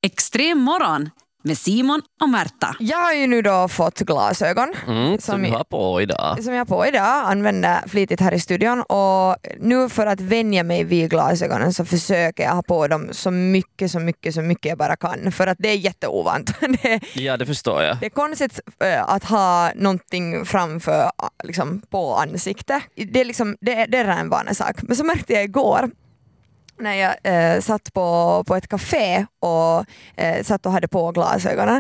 Extrem morgon med Simon och Märta. Jag har ju nu då fått glasögon som du har på idag. Som jag har på idag, använder flitigt här i studion, och nu för att vänja mig vid glasögonen så försöker jag ha på dem så mycket jag bara kan, för att det är jätteovant. Ja, det förstår jag. Det är konstigt att ha någonting framför liksom, på ansiktet. Det är, liksom, det är en vanlig sak. Men så märkte jag igår när jag satt på ett café och satt och hade på glasögonen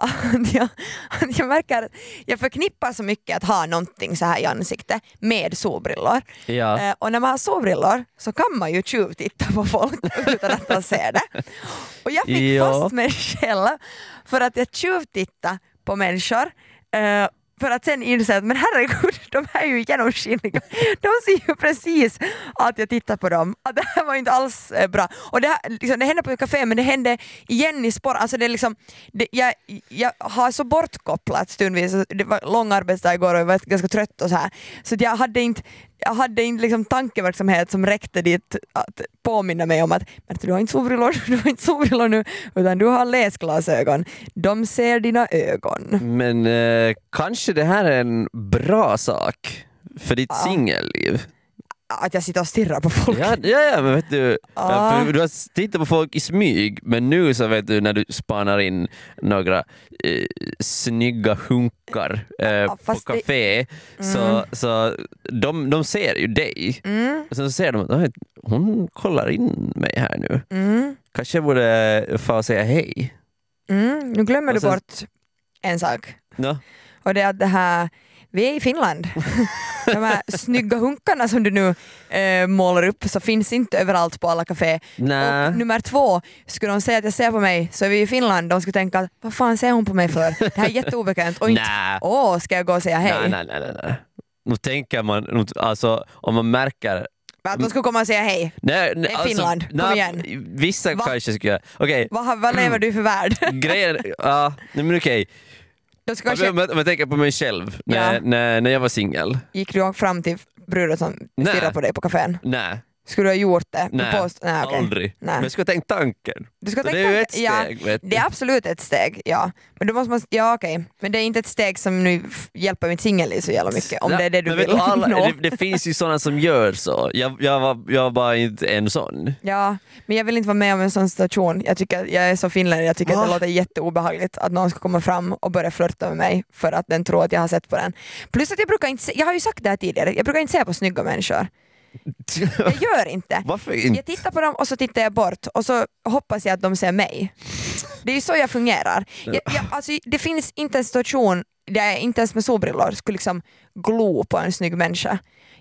att jag märker att jag förknippar så mycket att ha någonting så här i ansiktet med solbrillor. Ja. Och när man har solbrillor så kan man ju tjuvtitta på folk utan att de ser det. Och jag fick fast mig själv för att jag tjuvtittade på människor för att sen inse att men herregud, de här är ju genomskinliga. De ser ju precis att jag tittar på dem. Att det här var inte alls bra. Och det, här, liksom, det hände på ett café, men det hände igen i spår. Alltså det är liksom, jag har så bortkopplat stundvis. Det var lång arbetsdag igår och jag var ganska trött och så här. Så att jag hade inte liksom tankeverksamhet som räckte dit att påminna mig om att du har inte solbrillor nu, utan du har läsglasögon. De ser dina ögon. Men kanske det här är en bra sak för ditt singelliv. Att jag sitter och stirrar på folk. Ja, men vet du, för du har tittat på folk i smyg, men nu så vet du när du spanar in några snygga hunkar på café så de ser ju dig. Och sen så ser de att hon kollar in mig här nu. Kanske jag borde få säga hej. Nu glömmer du bort en sak. No. Och det är att det här, vi är i Finland. De här snygga hunkarna som du nu målar upp så finns inte överallt på alla café. Nä. Och nummer 2, skulle de säga att jag ser på mig så är vi i Finland. De skulle tänka att vad fan ser hon på mig för? Det här är jätteobekant. Och inte, ska jag gå och säga hej? Nej. Nu tänker man, alltså om man märker att de skulle komma och säga hej. Nej, det är Finland, kom igen. Vissa kanske skulle göra. Okay. Vad lever du för värld? Grejen, men okej. Om jag tänker på mig själv när jag var singel. Gick du fram till bruden som stirrade på dig på kafén? Nej. Skulle du ha gjort det? Nej, aldrig. Nej. Men jag skulle ha tänkt tanken. Det är ju ett steg. Ja, det är absolut ett steg, ja. Men då måste man, Men det är inte ett steg som nu hjälper mitt singelliv så jävla mycket, om det är det du vill nå. Det finns ju sådana som gör så. Jag var bara inte en sån. Ja, men jag vill inte vara med om en sån situation. Jag är så finländare, jag tycker att det låter jätteobehagligt att någon ska komma fram och börja flirta med mig för att den tror att jag har sett på den. Plus att jag har ju sagt det här tidigare, jag brukar inte se på snygga människor. Jag gör inte. Varför inte? Jag tittar på dem och så tittar jag bort och så hoppas jag att de ser mig. Det är ju så jag fungerar. Alltså, det finns inte en situation där jag inte ens med solbrillor skulle liksom glo på en snygg människa.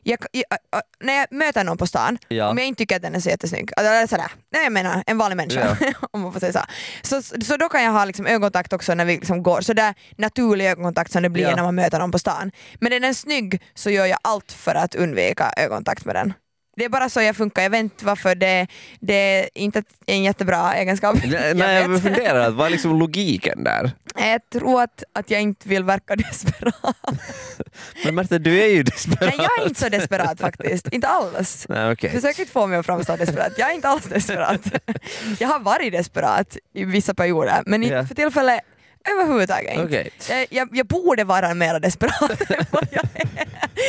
När jag möter någon på stan, om jag inte tycker att den är så jättesnygg, jag menar en vanlig människa, om man får säga så då kan jag ha liksom ögonkontakt också när vi liksom går, så där naturlig ögonkontakt som det blir när man möter någon på stan. Men är den snygg så gör jag allt för att undvika ögonkontakt med den. Det är bara så jag funkar. Jag vet inte varför det är inte en jättebra egenskap. Nej, jag funderar, vad är liksom logiken där? Jag tror att jag inte vill verka desperat. Men Märta, du är ju desperat. Nej, jag är inte så desperat faktiskt. Inte alls. Nej, okay. Försök inte få mig att framstå desperat. Jag är inte alls desperat. Jag har varit desperat i vissa perioder, men inte för tillfället överhuvudtaget inte. Okay. Jag borde vara mer desperat än vad jag är.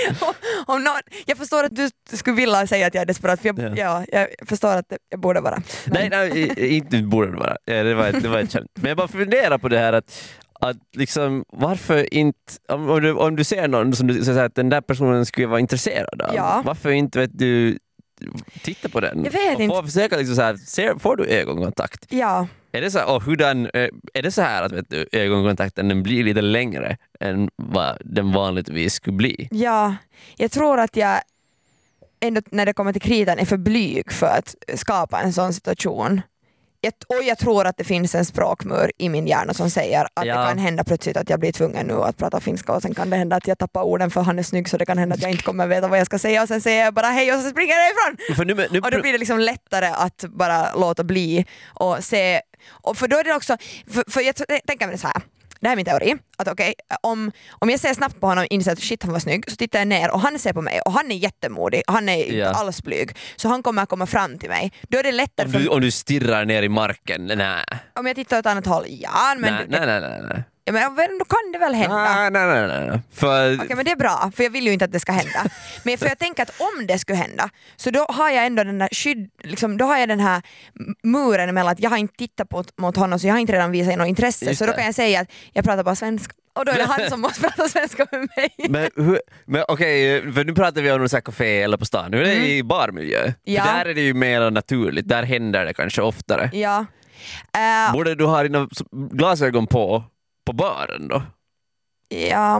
Jag förstår att du skulle vilja säga att jag är desperat, för jag förstår att jag borde vara. Nej, inte borde det vara. Det var ett känt. Men jag bara funderar på det här att liksom, varför inte, om du ser någon som du säger att den där personen skulle vara intresserad av, varför inte vet du titta på den? Jag vet inte. Och försöka liksom så här, får du ögonkontakt? Ja. Är det så här, är det så här att vet du, ögonkontakten den blir lite längre än vad den vanligtvis skulle bli? Ja, jag tror att jag ändå när det kommer till kritan är för blyg för att skapa en sån situation. Och jag tror att det finns en språkmur i min hjärna som säger att det kan hända plötsligt att jag blir tvungen nu att prata finska, och sen kan det hända att jag tappar orden för han är snygg, så det kan hända att jag inte kommer veta vad jag ska säga, och sen säger jag bara hej och så springer jag ifrån. Och då blir det liksom lättare att bara låta bli och se. Och för då är det också, för jag tänker mig så här. det här är min teori, att om jag ser snabbt på honom och inser att shit han var snygg, så tittar jag ner och han ser på mig och han är jättemodig, han är inte alls blyg, så han kommer att komma fram till mig. Då är det lättare om du stirrar ner i marken, nej. Om jag tittar åt annat håll, ja men... Nej. Ja, men då kan det väl hända. Nej. Okej, men det är bra, för jag vill ju inte att det ska hända. Men för jag tänker att om det skulle hända, så då har jag ändå den där då har jag den här muren mellan att jag har inte tittat mot honom, så jag har inte redan visat något intresse. Så då kan jag säga att jag pratar bara svenska. Och då är det han som måste prata svenska med mig. Men okej, för nu pratar vi om någon café eller på stan. Nu är det i barmiljö. Ja. För där är det ju mer naturligt. Där händer det kanske oftare. Ja. Borde du ha dina glasögon på baren då? Ja.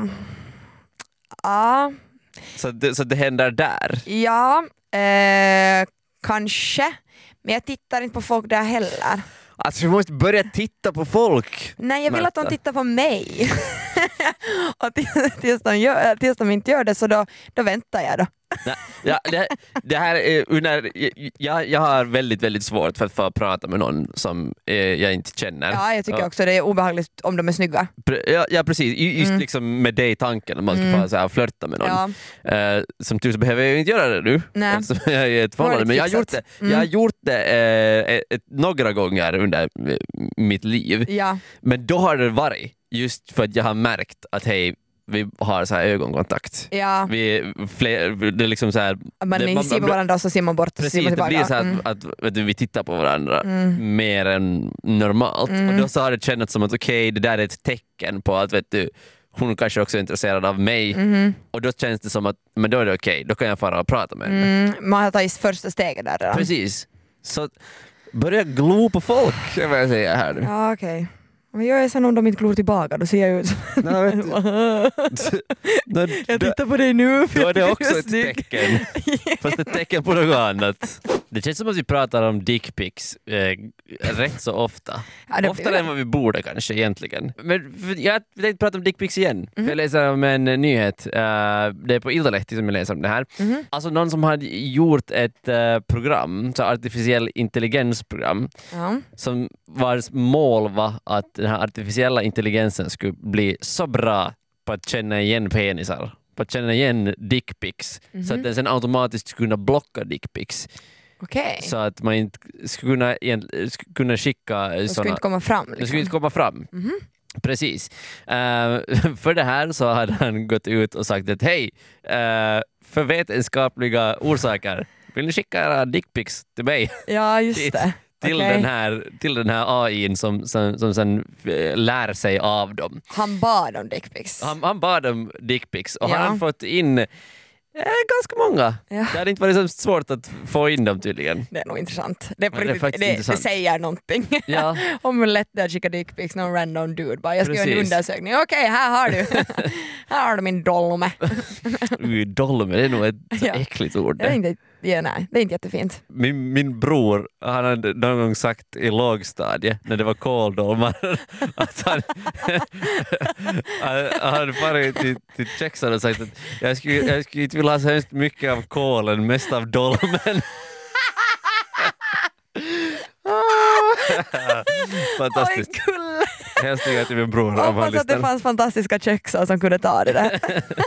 Så det händer där? Ja, kanske. Men jag tittar inte på folk där heller. Alltså du måste börja titta på folk. Nej, jag vill att de tittar på mig. Och tills de inte gör det, så då väntar jag då. Ja, det här är, jag har väldigt, väldigt svårt för att få prata med någon som jag inte känner. Ja, jag tycker också det är obehagligt om de är snygga. Ja precis, just liksom med det i tanken om man ska få så här flirta med någon. Ja. Som tur så behöver jag inte göra det nu. Eftersom jag är ett förhållande. Men jag har gjort det några gånger under mitt liv. Ja. Men då har det varit just för att jag har märkt att vi har så här ögonkontakt. Ja. Det är liksom så här, man ser på varandra och så ser man bort. Precis, det blir så här att vi tittar på varandra mer än normalt. Och då så har det känts som att okej, det där är ett tecken på att hon kanske också är intresserad av mig. Och då känns det som att men då är det okej, då kan jag fara och prata med henne. Man har tagit första steget där redan. Precis. Så börja glo på folk, jag vill säga här nu. Ja, okej. Men jag är sen om de inte glor tillbaka, då ser jag ut jag tittar på dig nu. Då är det också ett tecken. Fast ett tecken på något annat. Det känns som att vi pratar om dickpics rätt så ofta. Ja, oftare än vad vi borde kanske egentligen. Men jag tänkte prata om dickpics igen. För jag läser om en nyhet. Det är på Iltalehti som jag läser om det här. Alltså någon som hade gjort ett program, så artificiell intelligensprogram, som vars mål var att den här artificiella intelligensen skulle bli så bra på att känna igen penisar, på att känna igen dickpics, så att den sen automatiskt skulle kunna blocka dickpics. Okay. Så att man inte skulle kunna skicka sådana... Det skulle inte komma fram. Liksom. Det skulle inte komma fram. Precis. För det här så hade han gått ut och sagt att hej, för vetenskapliga orsaker vill ni skicka era dickpics till mig? Ja, just det. Till den här AI:n som sen lär sig av dem. Han bad om dickpics. Han bad om dickpics och han har fått in ganska många. Ja. Det hade inte varit så svårt att få in dem tydligen. Det är nog intressant. Det säger någonting. Ja. Om hur lätt det är att skicka dickpics någon random dude. Bara, jag ska göra en undersökning. Okej, här har du. Här har du min dolme. Dolme, det är nog ett äckligt ord. Det är inte jättefint. Min bror, han hade någon gång sagt i lågstadiet när det var kåldolmar att han hade farit till Tjexan och sagt att jag skulle inte vilja ha så hemskt mycket av kålen, mest av dolmen. Fantastiskt. Hälsningar till min bror. Jag hoppas att det fanns fantastiska Tjexar som kunde ta det där.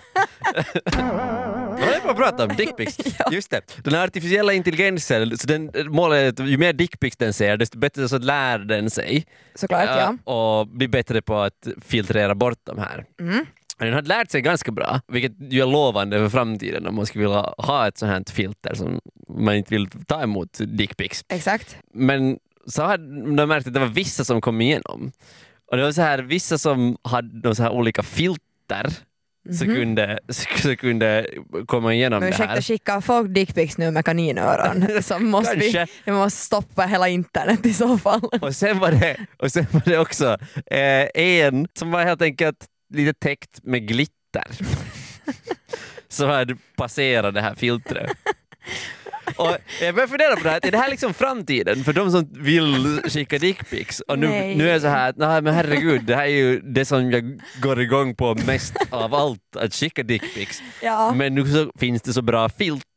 Vad är det att prata om? Dickpics. Ja. Just det. Den här artificiella intelligensen, så målet är att ju mer dickpics den ser, desto bättre så lär den sig. Såklart, ja. Och blir bättre på att filtrera bort de här. Den har lärt sig ganska bra, vilket ju är lovande för framtiden om man skulle vilja ha ett sånt här filter som man inte vill ta emot dickpics. Exakt. Men så hade de märkt att det var vissa som kom igenom. Och det var så här, vissa som hade så här olika filter så kunde komma igenom det här. Ursäkta, skicka folk dickpics nu med kaninöron. Så måste vi måste stoppa hela internet i så fall. Och sen var det också en som var helt enkelt lite täckt med glitter. Som hade passerat det här filtret. Och jag börjar fundera på det här. Är det här liksom framtiden för de som vill skicka dickpics? Och nu är det så här att nej, men herregud, det här är ju det som jag går igång på mest av allt, att skicka dickpics. Ja. Men nu så finns det så bra filter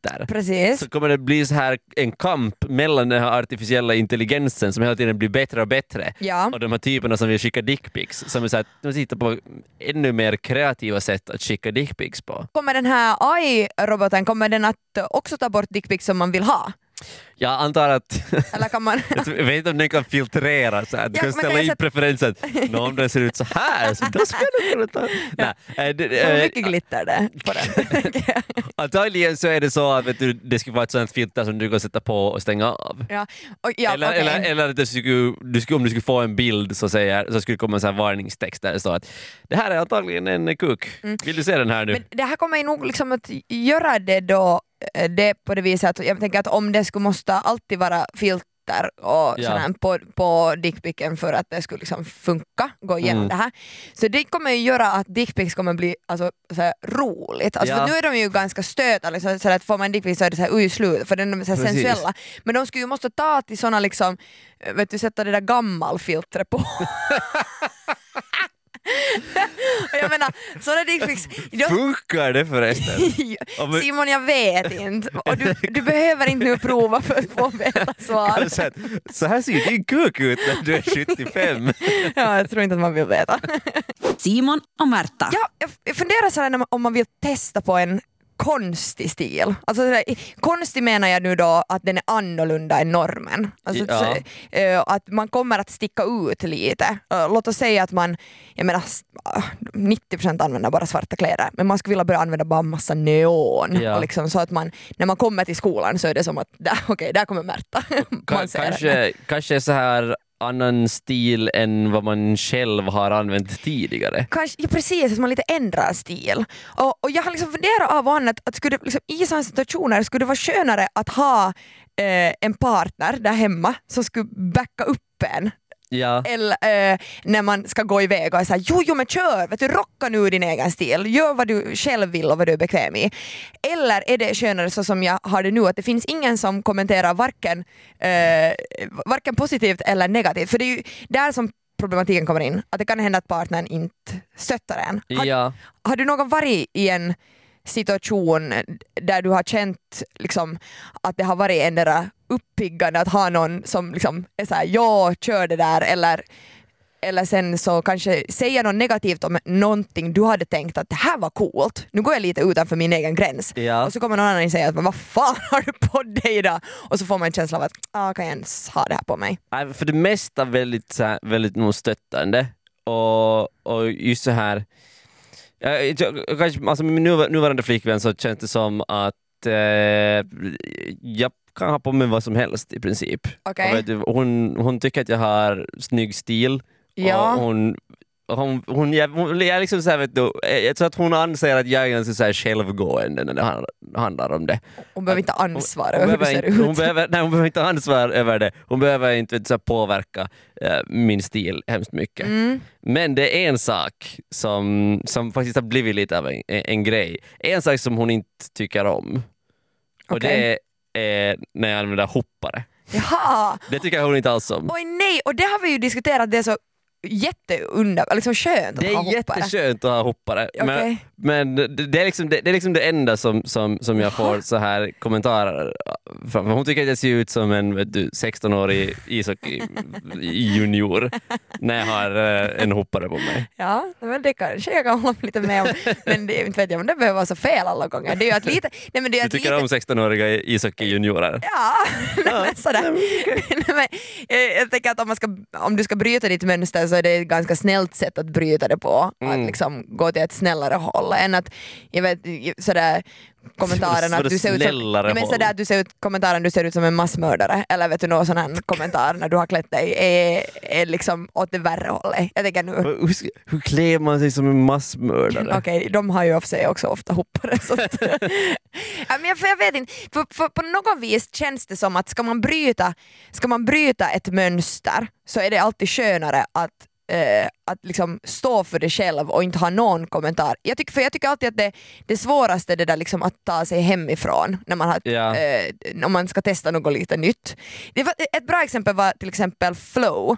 glitter. Precis. Så kommer det bli så här en kamp mellan den här artificiella intelligensen som hela tiden blir bättre och bättre. Ja. Och de här typerna som vill skicka dickpics som är så att de sitter på ännu mer kreativa sätt att skicka dickpics på. Kommer den här AI-roboten, kommer den att också ta bort dickpics som man vill ha? Jag antar att Eller kan man... jag vet inte om den kan filtrera så här. Du kan ställa in preferensen. Om den ser ut så här så då ska du kunna ta... Hur mycket glitter det på den? Antagligen så är det så att vet du, det skulle vara ett sånt filter som du kan sätta på och stänga av. Ja. Eller att om du skulle få en bild så skulle det komma en sån här varningstext där det står att det här är antagligen en kuk. Vill du se den här nu? Men det här kommer ju nog liksom att göra det då det på det viset att jag tänker att om det skulle måste alltid vara filter och sådär på dickpicken för att det skulle liksom funka, gå igenom det här. Så det kommer ju göra att dickpics kommer bli alltså, såhär, roligt. Alltså, för nu är de ju ganska stötande, så att får man en dickpic så är det såhär slut för den är så sensuella. Men de skulle ju måste ta till såna liksom, vet du, sätta det där gammalfiltret på. Jag menar, sådana dickpics... Funkar det förresten? Simon, jag vet inte. Och du behöver inte nu prova för att få veta svar. Så här ser din kuk ut när du är 75. Ja, jag tror inte att man vill veta. Simon och Märta. Ja, jag funderar så här om man vill testa på en konstig stil. Alltså, konstig menar jag nu då att den är annorlunda än normen. Alltså, att man kommer att sticka ut lite. Låt oss säga att man, jag menar 90% använder bara svarta kläder, men man skulle vilja börja använda bara massa neon. Och liksom, så att man, när man kommer till skolan så är det som att där kommer Märta. Kanske så här annan stil än vad man själv har använt tidigare. Kanske, ja, precis, att man lite ändrar stil. Och jag har liksom funderat av och annat att skulle liksom, i sådana situationer skulle det vara skönare att ha en partner där hemma som skulle backa upp en. Ja. Eller när man ska gå iväg och är såhär, jo men kör, vet du, rocka nu din egen stil, gör vad du själv vill och vad du är bekväm i. Eller är det skönare så som jag har det nu, att det finns ingen som kommenterar varken positivt eller negativt, för det är ju där som problematiken kommer in, att det kan hända att partnern inte stöttar en. Har du någon varit i en situation där du har känt liksom, att det har varit en där uppiggande att ha någon som liksom är såhär, ja, kör det där, eller sen så kanske säga något negativt om någonting du hade tänkt att det här var coolt, nu går jag lite utanför min egen gräns, och så kommer någon annan och säger att vad fan har du på dig då? Och så får man en känsla av att kan jag ens ha det här på mig? För det mesta väldigt nog stöttande och just så här. Alltså med min nuvarande flickvän så känns det som att jag kan ha på mig vad som helst i princip. Okay. Vet du, hon tycker att jag har snygg stil. Ja. Och jag liksom så här, vet du, jag tror att hon anser att jag är ganska så här självgående när det handlar om det. Hon behöver inte ansvar över hur det ser ut. Hon behöver inte ansvar över det. Hon behöver inte så här, påverka min stil hemskt mycket. Men det är en sak som faktiskt har blivit lite av en grej. En sak som hon inte tycker om. Och det är när jag använder hoppare. Jaha. Det tycker hon inte alls om. Oj nej, och det har vi ju diskuterat, det är så liksom skönt att ha hoppare. Det är jätteskönt att ha hoppare. Okay. Men det är liksom det enda som jag får så här kommentarer från. Hon tycker att jag ser ut som en 16-årig ishockey junior när jag har en hoppare på mig. Ja, men det kanske jag kan hålla lite med om. Men det, inte vet jag om det behöver vara så fel alla gånger. Det är ju att lite... Nej, men det är du tycker om 16-åriga ishockey juniorer? Ja, men sådär. Men, jag tänker att om du ska bryta ditt mönster så är det ett ganska snällt sätt att bryta det på. Att liksom gå till ett snällare håll än att, jag vet, sådär kommentaren att du ser ut som, men sådär att du ser ut, kommentaren du ser ut som en massmördare, eller vet du någon sån här kommentar när du har klätt dig är liksom åt det värre hållet. Jag tänker nu, hur klär man sig som en massmördare? Okej, de har ju av sig också ofta hoppare så att, ja, men jag vet inte, för på något vis känns det som att ska man bryta ett mönster så är det alltid skönare att liksom stå för det själv och inte ha någon kommentar. Jag tycker alltid att det svåraste är det där liksom att ta sig hemifrån när man har, om man ska testa något lite nytt. Ett bra exempel var till exempel Flow.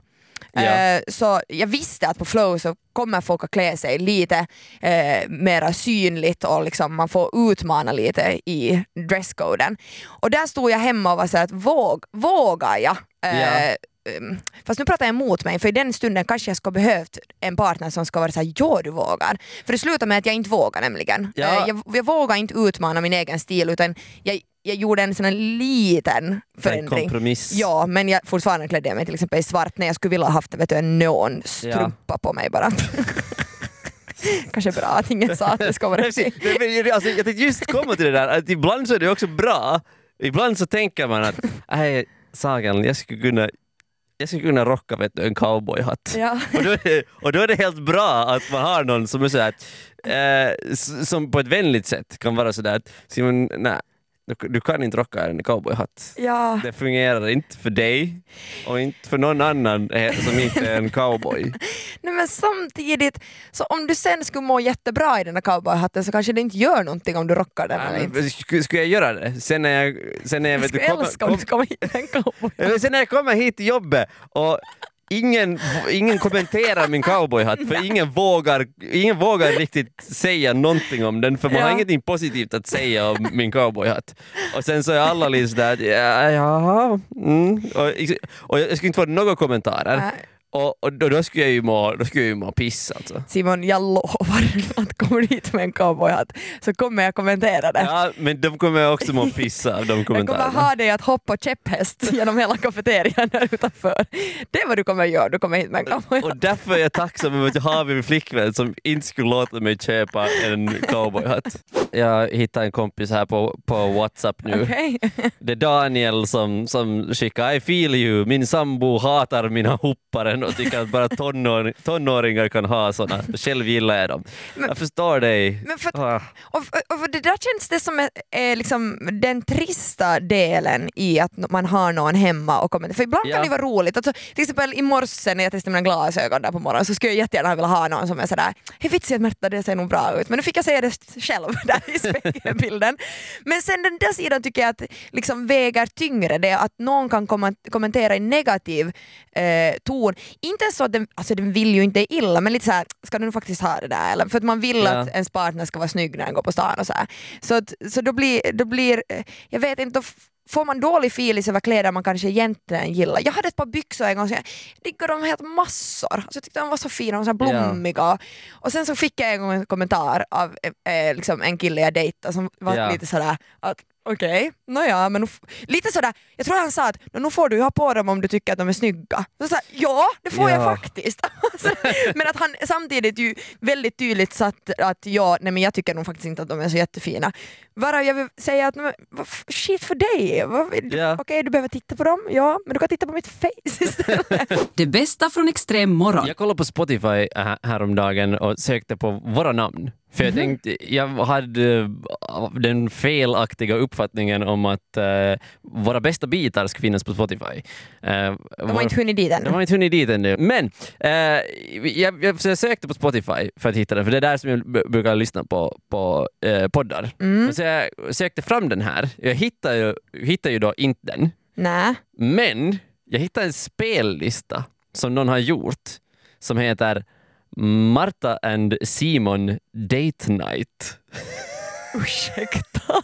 Så jag visste att på Flow så kommer folk att klä sig lite mera synligt och liksom man får utmana lite i dresscoden. Och där stod jag hemma och var så att vågar jag? Fast nu pratar jag emot mig, för i den stunden kanske jag ska behövt en partner som ska vara så här, ja du vågar. För det slutar med att jag inte vågar nämligen. Jag vågar inte utmana min egen stil, utan jag gjorde en sån här liten förändring. En kompromiss. Ja, men jag fortfarande klädde mig till exempel i svart när jag skulle vilja ha haft en neonstrumpa på mig bara. Kanske bra att ingen sa att det ska vara alltså, jag tänkte just komma till det där, att ibland så är det också bra. Ibland så tänker man att Sagan, jag skulle kunna rocka en cowboyhatt. Ja. Och då är det helt bra att man har någon som är så här, som på ett vänligt sätt kan vara sådär att Simon, nej, du kan inte rocka en cowboyhatt. Ja. Det fungerar inte för dig och inte för någon annan som inte är en cowboy. Nej, men samtidigt, så om du sen skulle må jättebra i den här cowboyhatten så kanske det inte gör någonting om du rockar den eller inte. Skulle jag göra det? Sen när jag vet, älska om du kommer hit med en cowboyhatt. Sen när jag kommer hit till jobbet och ingen kommenterar min cowboyhatt, för ingen vågar riktigt säga någonting om den, för man har ingenting positivt att säga om min cowboyhatt. Och sen så är alla lite där och jag skulle inte få några kommentarer. Och då skulle jag ju må piss alltså. Simon, jag lovar att kommer du hit med en cowboyhatt så kommer jag kommentera det. Ja, men de kommer jag också må pissa av de kommentarerna. Jag kommer ha dig att hoppa käpphäst genom hela kafeterian där utanför. Det är vad du kommer göra, du kommer hit med en cowboyhatt. Och därför är jag tacksam över att jag har min flickvän som inte skulle låta mig köpa en cowboyhatt. Jag hittade en kompis här på WhatsApp nu. Okay. Det är Daniel som skickar I feel you, min sambo hatar mina hopparen och tycker att bara tonåringar kan ha såna. Själv gillar jag dem. Jag förstår dig. Men och det där känns det som är liksom den trista delen i att man har någon hemma och kommer. För ibland kan det vara roligt. Alltså, till exempel i morse när jag testade mina glasögon där på morgonen så skulle jag jättegärna vilja ha någon som är sådär, hej vitsigt Märta, det ser nog bra ut. Men nu fick jag säga det själv där i spegelbilden. Men sen den där sidan tycker jag att liksom väger tyngre, det är att någon kan kommentera i negativ ton. Inte så att den vill ju inte illa, men lite så här, ska du faktiskt ha det där? Eller, för att man vill att ens partner ska vara snygg när den går på stan och så här. Så då blir jag vet inte, får man dålig feeling över kläder man kanske egentligen gillar. Jag hade ett par byxor en gång så jag diggade dem helt massor. Alltså, jag tyckte de var så fina och så blommiga. Och sen så fick jag en gång en kommentar av liksom en kille jag dejtade som var lite sådär att okej, men lite sådär, jag tror han sa att nu får du ha på dem om du tycker att de är snygga. Så såhär, ja, det får jag faktiskt. Men att han samtidigt ju väldigt tydligt satt att men jag tycker nog faktiskt inte att de är så jättefina. Bara jag vill säga att shit för dig. Okej, du behöver titta på dem, men du kan titta på mitt face istället. Det bästa från Extrem morgon. Jag kollade på Spotify häromdagen och sökte på våra namn. För jag tänkte, jag hade den felaktiga uppfattningen om att våra bästa bitar ska finnas på Spotify. De har inte hunnit dit ännu. Men jag sökte på Spotify för att hitta den, för det är där som jag brukar lyssna på poddar. Och så jag sökte fram den här. Jag hittar ju då inte den. Nej. Men jag hittade en spellista som någon har gjort som heter Marta and Simon Date Night. Ursäkta.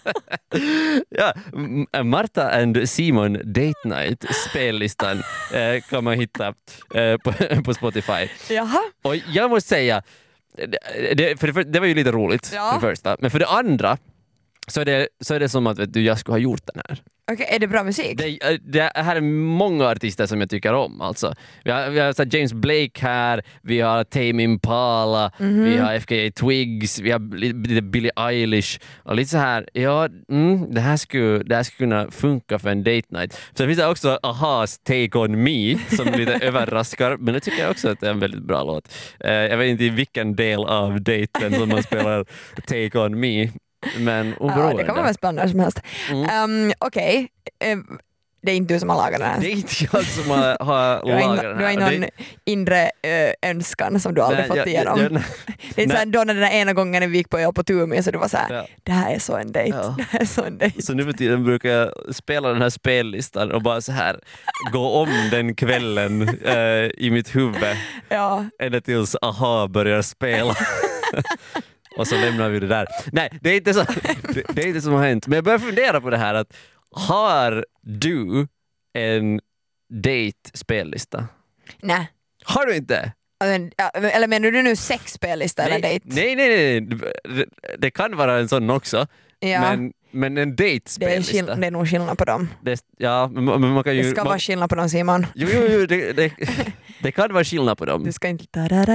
Marta and Simon Date Night spellistan kan man hitta på Spotify. Jaha. Och jag måste säga det var ju lite roligt för det första. Men för det andra så är det som att jag skulle ha gjort den här. Okej, är det bra musik? Det här är många artister som jag tycker om. Alltså. Vi har så James Blake här, vi har Tame Impala, vi har FKA Twigs, vi har lite Billie Eilish och lite så här. Det här skulle kunna funka för en date night. Så finns det också Aha's Take On Me som lite överraskar, men det tycker jag också att det är en väldigt bra låt. Jag vet inte i vilken del av daten som man spelar Take On Me. Men det kan vara spännande som helst. Okej. det är inte du som har lagat den här. Det är inte jag som har lagat den här. Du har någon inre önskan som du aldrig fått igenom. Det är så här, då när den där ena gången vi gick på Tumi så du var så här, det här är så en dejt. Ja. Det här är så en dejt. Så nu för tiden brukar jag spela den här spellistan och bara så här gå om den kvällen i mitt huvud. Ja. Ända tills aha börjar spela. Och så lämnar vi det där. Nej, det är inte så. Det är inte som har hänt. Men jag börjar fundera på det här att har du en date-spellista? Nej. Har du inte? Eller menar du nu sexspellista eller dejt? Nej. Det kan vara en sån också. Ja. Men en date-spellista. Det är nog skillnad på dem. Men man kan ju... Det ska vara skillnad på dem, Simon. Jo, det kan vara skillnad på dem. Du ska inte...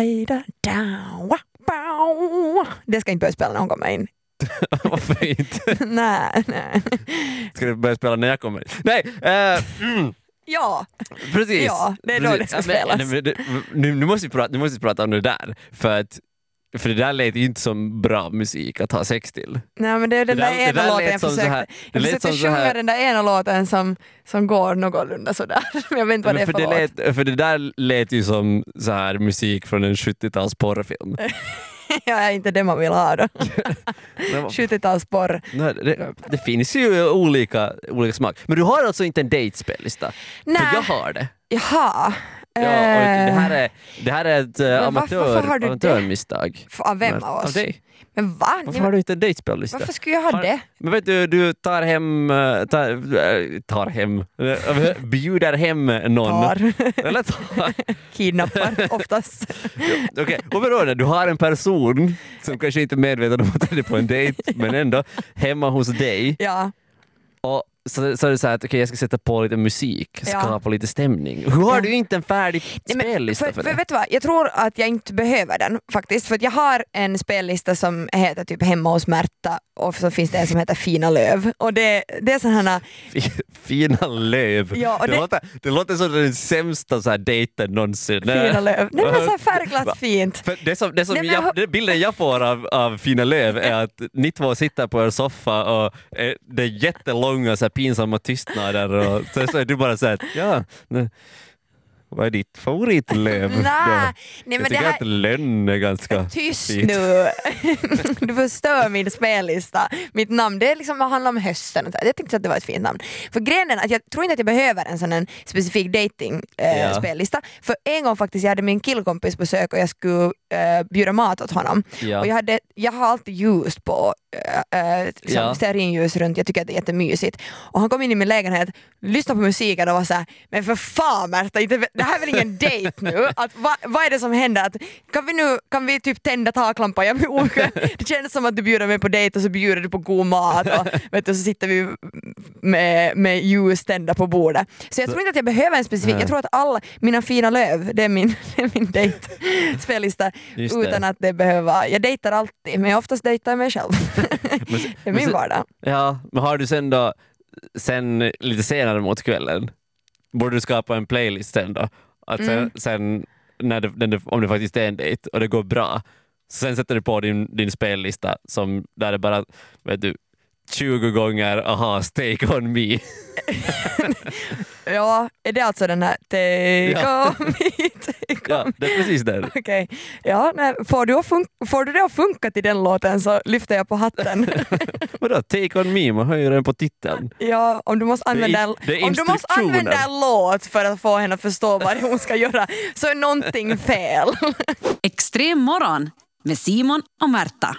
Det ska inte börja spela när hon kommer in. Varför inte? Nej. Ska du börja spela när jag kommer in? Nej! Ja, precis. Ja, det är då det ska spelas. Nu måste vi prata om det där. För det där lät inte som bra musik att ha sex till. Nej, men det är den där ena låten jag försökte sjunga den där ena låten som går någorlunda sådär. Jag vet inte vad det är för låt. För det där lät ju som så här musik från en 70-tals porrfilm. Ja, inte det man vill ha då. 70-talsporr. Det finns ju olika smak. Men du har alltså inte en date-spellista? Nej. För jag har det. Jaha. Ja, och det här är ett amatörmisstag. Av vem av oss? Av dig. Men va? Varför har du inte en date-spellista? Varför skulle jag ha det? Men vet du tar hem bjuder hem någon. Eller kidnappar oftast. Okej, och vadå, du har en person som kanske inte är medveten om att det är på en dejt, men ändå hemma hos dig. Ja. Och så är det så här att jag ska sätta på lite musik, skapa lite stämning. Hur har du inte en färdig spellista för det? Vet du vad, jag tror att jag inte behöver den faktiskt, för att jag har en spellista som heter typ Hemma hos Märta, och så finns det en som heter Fina löv, och det är sådana Fina löv. Ja, det låter som den sämsta så här dejten någonsin. Fina löv. Det är så här färgglatt fint. För det bilden jag får av Fina löv är att ni två sitter på en soffa och det är jättelånga så här pinsamma tystnader och så är du bara så här, vad är ditt favoritlöv? Nej, men jag tycker att lönn är ganska tyst fint. nu. Du förstör min spellista. Mitt namn, det är liksom, det handlar om hösten. Jag tänkte att det var ett fint namn. För grejen är att jag tror inte att jag behöver en sån en specifik dating spellista. För en gång faktiskt, jag hade min killkompis besök och jag skulle bjuda mat åt honom. Ja. Och jag har alltid ljus på stearinljus runt. Jag tycker att det är jättemysigt. Och han kom in i min lägenhet, lyssnade på musiken och var såhär, men för fan Märta, det här är väl ingen dejt nu? Vad är det som händer? Kan vi typ tända taklampan? Det känns som att du bjuder mig på dejt och så bjuder du på god mat och vet du, så sitter vi med ljus tända på bordet. Så jag tror inte att jag behöver en specifik. Jag tror att alla mina fina löv, det är min dejt-spellista utan att det behöver. Jag dejtar alltid, men jag oftast dejtar mig själv. Det är min vardag. Ja, men har du sen lite senare mot kvällen borde du skapa en playlist sen då? Att sen om det faktiskt är en dejt och det går bra, sen sätter du på din spellista som där det bara, vet du, 20 gånger aha, Take on me. Ja, är det alltså den här Take on me, take on me? Det är precis det. Okej. Ja, nej, får du det att funka till den låten så lyfter jag på hatten. Vadå, Take on me, man höjer den på titeln. Ja, om du måste använda en låt för att få henne att förstå vad hon ska göra så är någonting fel. Extrem morgon med Simon och Märta.